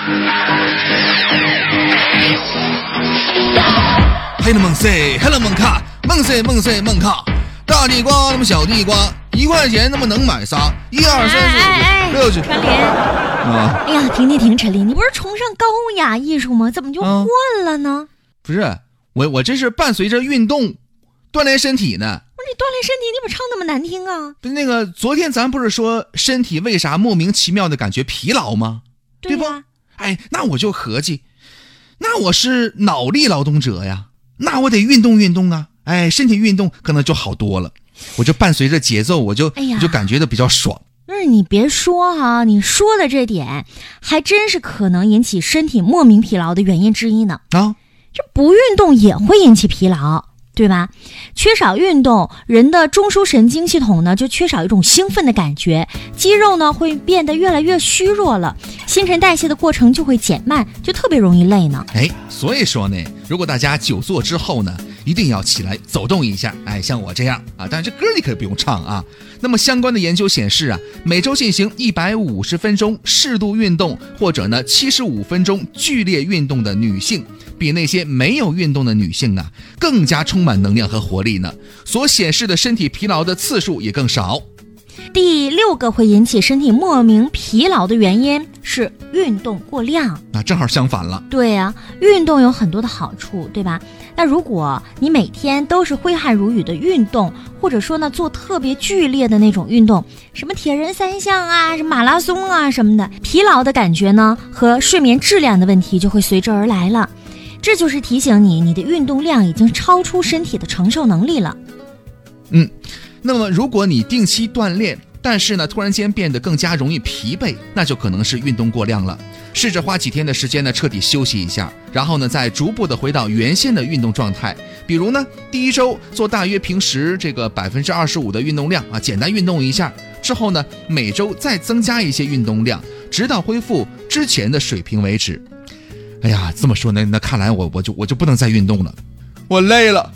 黑了梦塞，黑了梦卡，梦塞梦塞梦卡，大地瓜那么小地瓜，1块钱那么能买仨，1、2、3、4、5、6、7。 陈林啊！哎呀，停，陈林，你不是崇尚高雅艺术吗？怎么就换了呢？ 不是，我这是伴随着运动锻炼身体呢。 不是你锻炼身体，你怎么唱那么难听啊？ 那个昨天咱不是说身体为啥莫名其妙的感觉疲劳吗？对不？哎，那我就合计，那我是脑力劳动者呀，那我得运动运动啊，哎，身体运动可能就好多了。我就伴随着节奏，我就感觉到比较爽。 你别说啊，你说的这点还真是可能引起身体莫名疲劳的原因之一呢。这不运动也会引起疲劳，对吧？缺少运动，人的中枢神经系统呢就缺少一种兴奋的感觉，肌肉呢会变得越来越虚弱了，新陈代谢的过程就会减慢，就特别容易累呢。 所以说呢，如果大家久坐之后呢，一定要起来走动一下，像我这样啊，但是这歌你可不用唱啊。那么相关的研究显示啊，每周进行150分钟适度运动，或者呢75分钟剧烈运动的女性，比那些没有运动的女性啊更加充满能量和活力呢，所显示的身体疲劳的次数也更少。 第6个会引起身体莫名疲劳的原因是运动过量。 那正好相反了。 对啊，运动有很多的好处，对吧？那如果你每天都是挥汗如雨的运动，或者说呢做特别剧烈的那种运动，什么铁人3项啊，什么马拉松啊什么的，疲劳的感觉呢和睡眠质量的问题就会随之而来了。这就是提醒你，你的运动量已经超出身体的承受能力了。 那么如果你定期锻炼，但是呢突然间变得更加容易疲惫，那就可能是运动过量了。试着花几天的时间呢彻底休息一下，然后呢再逐步的回到原先的运动状态。比如呢第1周做大约平时这个25%的运动量啊，简单运动一下，之后呢每周再增加一些运动量，直到恢复之前的水平为止。哎呀，这么说呢，那看来我就不能再运动了，我累了。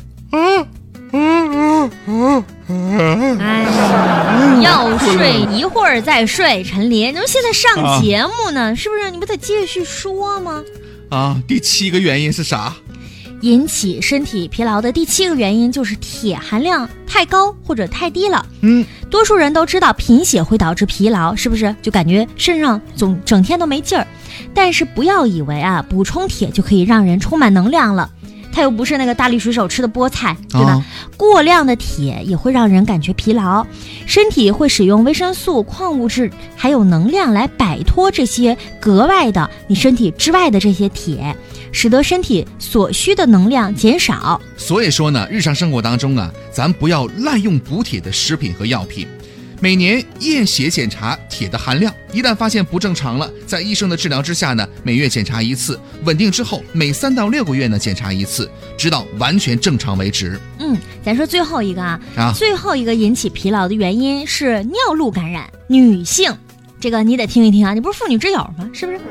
要睡一会儿再睡，陈林，你们现在上节目呢，是不是？你不得继续说吗？ 第7个原因是啥？ 引起身体疲劳的第7个原因就是铁含量太高或者太低了。多数人都知道贫血会导致疲劳，是不是？就感觉身上整天都没劲儿。但是不要以为啊，补充铁就可以让人充满能量了。它又不是那个大力水手吃的菠菜，对吧？过量的铁也会让人感觉疲劳，身体会使用维生素、矿物质还有能量来摆脱这些格外的你身体之外的这些铁，使得身体所需的能量减少。 所以说呢，日常生活当中啊，咱不要滥用补铁的食品和药品。每年验血检查铁的含量，一旦发现不正常了，在医生的治疗之下呢，每月检查1次，稳定之后每3到6个月呢检查1次，直到完全正常为止。 咱说最后一个最后一个引起疲劳的原因是尿路感染。女性，这个你得听一听啊，你不是妇女之友吗？是不是？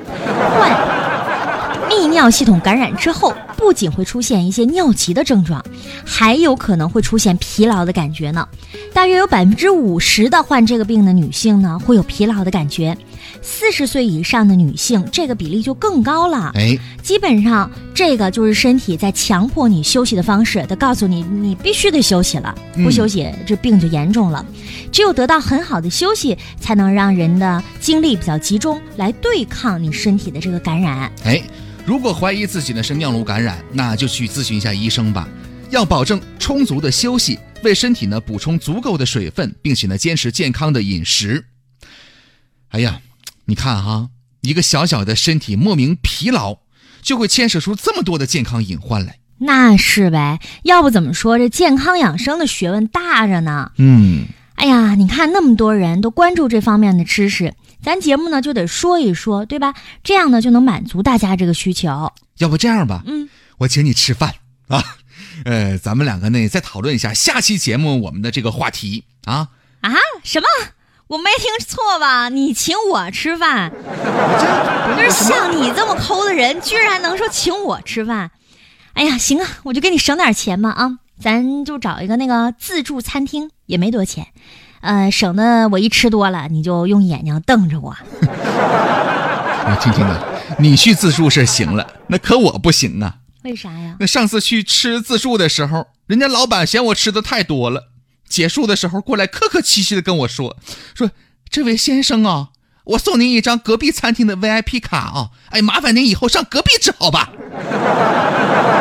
泌尿系统感染之后，不仅会出现一些尿急的症状，还有可能会出现疲劳的感觉呢。大约有50%的患这个病的女性呢，会有疲劳的感觉。40岁以上的女性，这个比例就更高了。基本上这个就是身体在强迫你休息的方式，它告诉你你必须得休息了，不休息这病就严重了。只有得到很好的休息，才能让人的精力比较集中，来对抗你身体的这个感染。 如果怀疑自己呢是尿路感染，那就去咨询一下医生吧。要保证充足的休息，为身体呢补充足够的水分，并且呢坚持健康的饮食。你看一个小小的身体莫名疲劳，就会牵扯出这么多的健康隐患来。 那是呗，要不怎么说这健康养生的学问大着呢？你看那么多人都关注这方面的知识，咱节目呢就得说一说，对吧？这样呢就能满足大家这个需求。 要不这样吧，我请你吃饭啊，咱们2个呢再讨论一下下期节目我们的这个话题啊。 什么？我没听错吧？你请我吃饭？就是像你这么抠的人，居然能说请我吃饭？行啊，我就给你省点钱嘛啊，咱就找一个那个自助餐厅，也没多钱，省得我一吃多了你就用眼睛瞪着我。 听听的， 你去自助是行了，那可我不行啊。 为啥呀？ 那上次去吃自助的时候，人家老板嫌我吃的太多了，结束的时候过来客客气气的跟我说这位先生啊，我送您一张隔壁餐厅的 VIP 卡啊，哎，麻烦您以后上隔壁吃好吧。